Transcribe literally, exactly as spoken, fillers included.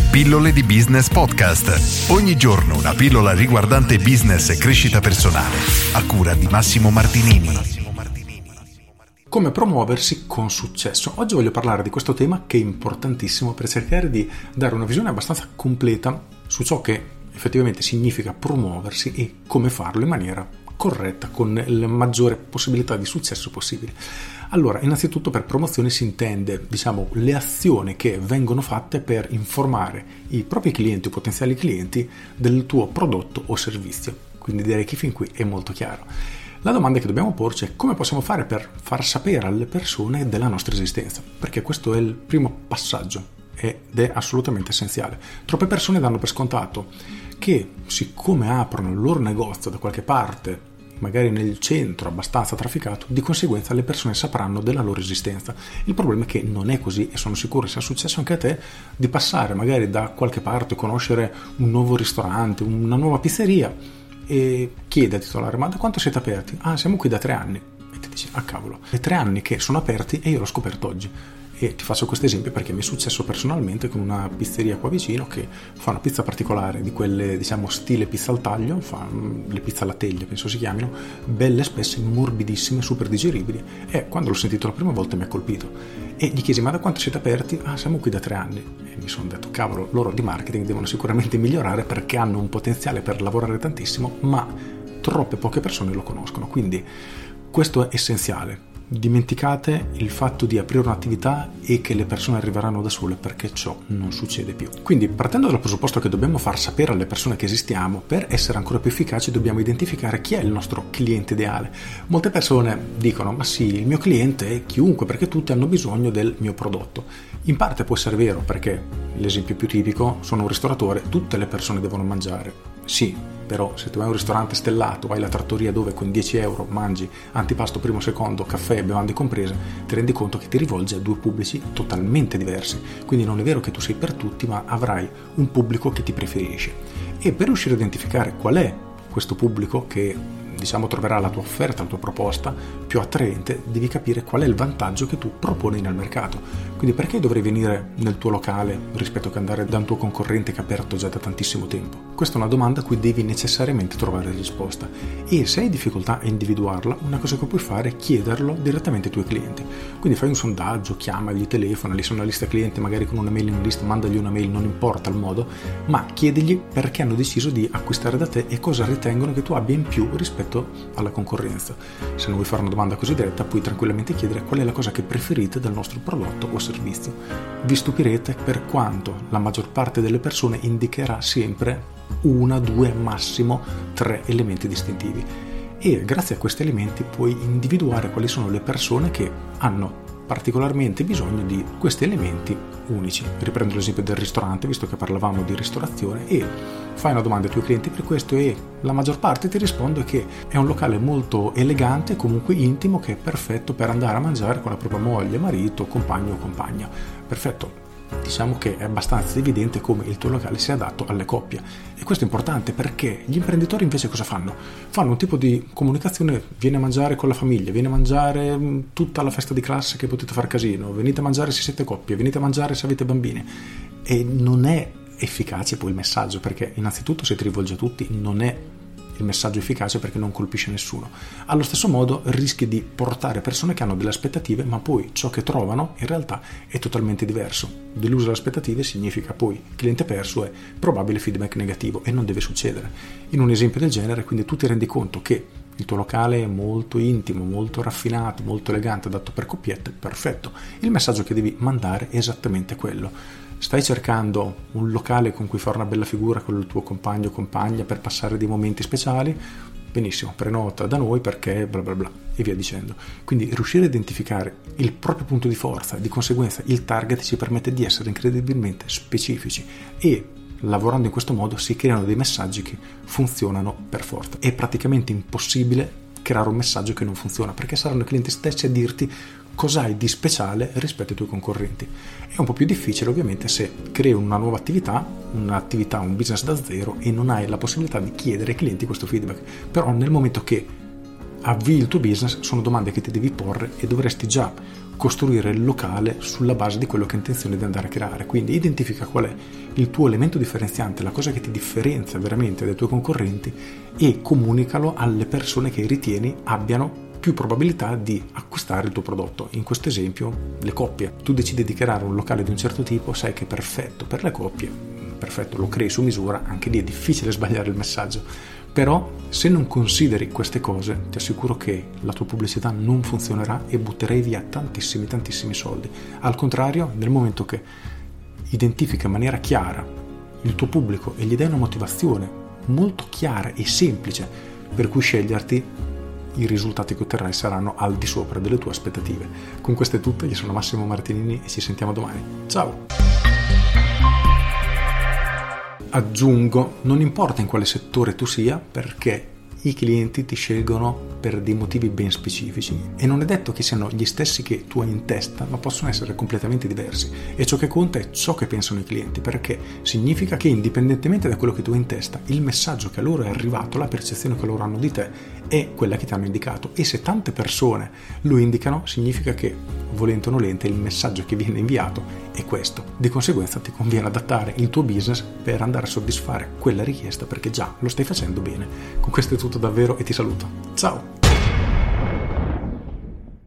Pillole di Business Podcast. Ogni giorno una pillola riguardante business e crescita personale. A cura di Massimo Martinini. Come promuoversi con successo? Oggi voglio parlare di questo tema che è importantissimo per cercare di dare una visione abbastanza completa su ciò che effettivamente significa promuoversi e come farlo in maniera corretta, con la maggiore possibilità di successo possibile. Allora, innanzitutto per promozione si intende, diciamo, le azioni che vengono fatte per informare i propri clienti o potenziali clienti del tuo prodotto o servizio. Quindi direi che fin qui è molto chiaro. La domanda che dobbiamo porci è: come possiamo fare per far sapere alle persone della nostra esistenza? Perché questo è il primo passaggio ed è assolutamente essenziale. Troppe persone danno per scontato che, siccome aprono il loro negozio da qualche parte, magari nel centro abbastanza trafficato, di conseguenza le persone sapranno della loro esistenza. Il problema è che non è così e sono sicuro sia successo anche a te di passare magari da qualche parte, conoscere un nuovo ristorante, una nuova pizzeria e chiede al titolare: ma da quanto siete aperti? Ah, siamo qui da tre anni. E ti dici: ah cavolo, è tre anni che sono aperti e io l'ho scoperto oggi. E ti faccio questo esempio perché mi è successo personalmente con una pizzeria qua vicino che fa una pizza particolare, di quelle, diciamo, stile pizza al taglio, fa le pizze alla teglia, penso si chiamino, belle, spesse, morbidissime, super digeribili. E quando l'ho sentito la prima volta mi ha colpito. E gli chiesi: ma da quanto siete aperti? Ah, siamo qui da tre anni. E mi sono detto: cavolo, loro di marketing devono sicuramente migliorare perché hanno un potenziale per lavorare tantissimo, ma troppe poche persone lo conoscono. Quindi questo è essenziale. Dimenticate il fatto di aprire un'attività e che le persone arriveranno da sole, perché ciò non succede più. Quindi, partendo dal presupposto che dobbiamo far sapere alle persone che esistiamo, per essere ancora più efficaci dobbiamo identificare chi è il nostro cliente ideale. Molte persone dicono: ma sì, il mio cliente è chiunque, perché tutti hanno bisogno del mio prodotto. In parte può essere vero, perché l'esempio più tipico: sono un ristoratore, tutte le persone devono mangiare. Sì, però se tu hai un ristorante stellato, hai la trattoria dove con dieci euro mangi antipasto primo, secondo, caffè e bevande comprese, ti rendi conto che ti rivolgi a due pubblici totalmente diversi. Quindi non è vero che tu sei per tutti, ma avrai un pubblico che ti preferisce. E per riuscire a identificare qual è questo pubblico che, diciamo, troverà la tua offerta, la tua proposta più attraente, devi capire qual è il vantaggio che tu proponi nel mercato. Quindi perché dovrei venire nel tuo locale rispetto che andare da un tuo concorrente che è aperto già da tantissimo tempo? Questa è una domanda a cui devi necessariamente trovare risposta, e se hai difficoltà a individuarla, una cosa che puoi fare è chiederlo direttamente ai tuoi clienti. Quindi fai un sondaggio, chiamagli, telefonali, su una lista clienti, magari con una mailing list, mandagli una mail, non importa il modo, ma chiedigli perché hanno deciso di acquistare da te e cosa ritengono che tu abbia in più rispetto alla concorrenza. Se non vuoi fare una domanda così diretta, puoi tranquillamente chiedere: qual è la cosa che preferite dal nostro prodotto o servizio. Vi stupirete per quanto la maggior parte delle persone indicherà sempre una, due, massimo tre elementi distintivi, e grazie a questi elementi puoi individuare quali sono le persone che hanno particolarmente bisogno di questi elementi unici. Riprendo l'esempio del ristorante, visto che parlavamo di ristorazione, e fai una domanda ai tuoi clienti per questo e la maggior parte ti risponde che è un locale molto elegante, comunque intimo, che è perfetto per andare a mangiare con la propria moglie, marito, compagno o compagna. Perfetto. Diciamo che è abbastanza evidente come il tuo locale sia adatto alle coppie, e questo è importante perché gli imprenditori invece cosa fanno? Fanno un tipo di comunicazione: vieni a mangiare con la famiglia, vieni a mangiare tutta la festa di classe che potete far casino, venite a mangiare se siete coppie, venite a mangiare se avete bambini. E non è efficace poi il messaggio, perché innanzitutto se ti rivolge a tutti non è il messaggio efficace, perché non colpisce nessuno. Allo stesso modo rischi di portare persone che hanno delle aspettative, ma poi ciò che trovano in realtà è totalmente diverso. Deluso le aspettative significa poi cliente perso e probabile feedback negativo, e non deve succedere. In un esempio del genere, quindi, tu ti rendi conto che il tuo locale è molto intimo, molto raffinato, molto elegante, adatto per coppiette, perfetto. Il messaggio che devi mandare è esattamente quello. Stai cercando un locale con cui fare una bella figura con il tuo compagno o compagna per passare dei momenti speciali? Benissimo, prenota da noi perché bla bla bla, e via dicendo. Quindi riuscire a identificare il proprio punto di forza, di conseguenza il target, ci permette di essere incredibilmente specifici, e lavorando in questo modo si creano dei messaggi che funzionano per forza. È praticamente impossibile creare un messaggio che non funziona, perché saranno i clienti stessi a dirti cosa hai di speciale rispetto ai tuoi concorrenti. È un po' più difficile ovviamente se crei una nuova attività, un'attività, un business da zero, e non hai la possibilità di chiedere ai clienti questo feedback. Però nel momento che avvii il tuo business sono domande che ti devi porre e dovresti già costruire il locale sulla base di quello che hai intenzione di andare a creare. Quindi identifica qual è il tuo elemento differenziante, la cosa che ti differenzia veramente dai tuoi concorrenti, e comunicalo alle persone che ritieni abbiano più probabilità di acquistare il tuo prodotto. In questo esempio, le coppie. Tu decidi di creare un locale di un certo tipo, sai che è perfetto per le coppie, perfetto, lo crei su misura, anche lì è difficile sbagliare il messaggio. Però se non consideri queste cose, ti assicuro che la tua pubblicità non funzionerà e butterai via tantissimi tantissimi soldi. Al contrario, nel momento che identifica in maniera chiara il tuo pubblico e gli dai una motivazione molto chiara e semplice per cui sceglierti, i risultati che otterrai saranno al di sopra delle tue aspettative. Con questo è tutto, io sono Massimo Martinini e ci sentiamo domani. Ciao! Aggiungo, non importa in quale settore tu sia, perché i clienti ti scelgono per dei motivi ben specifici e non è detto che siano gli stessi che tu hai in testa, ma possono essere completamente diversi, e ciò che conta è ciò che pensano i clienti, perché significa che indipendentemente da quello che tu hai in testa, il messaggio che a loro è arrivato, la percezione che loro hanno di te è quella che ti hanno indicato, e se tante persone lo indicano significa che volente o nolente il messaggio che viene inviato è questo. Di conseguenza ti conviene adattare il tuo business per andare a soddisfare quella richiesta, perché già lo stai facendo bene. Con questo è tutto davvero e ti saluto. Ciao!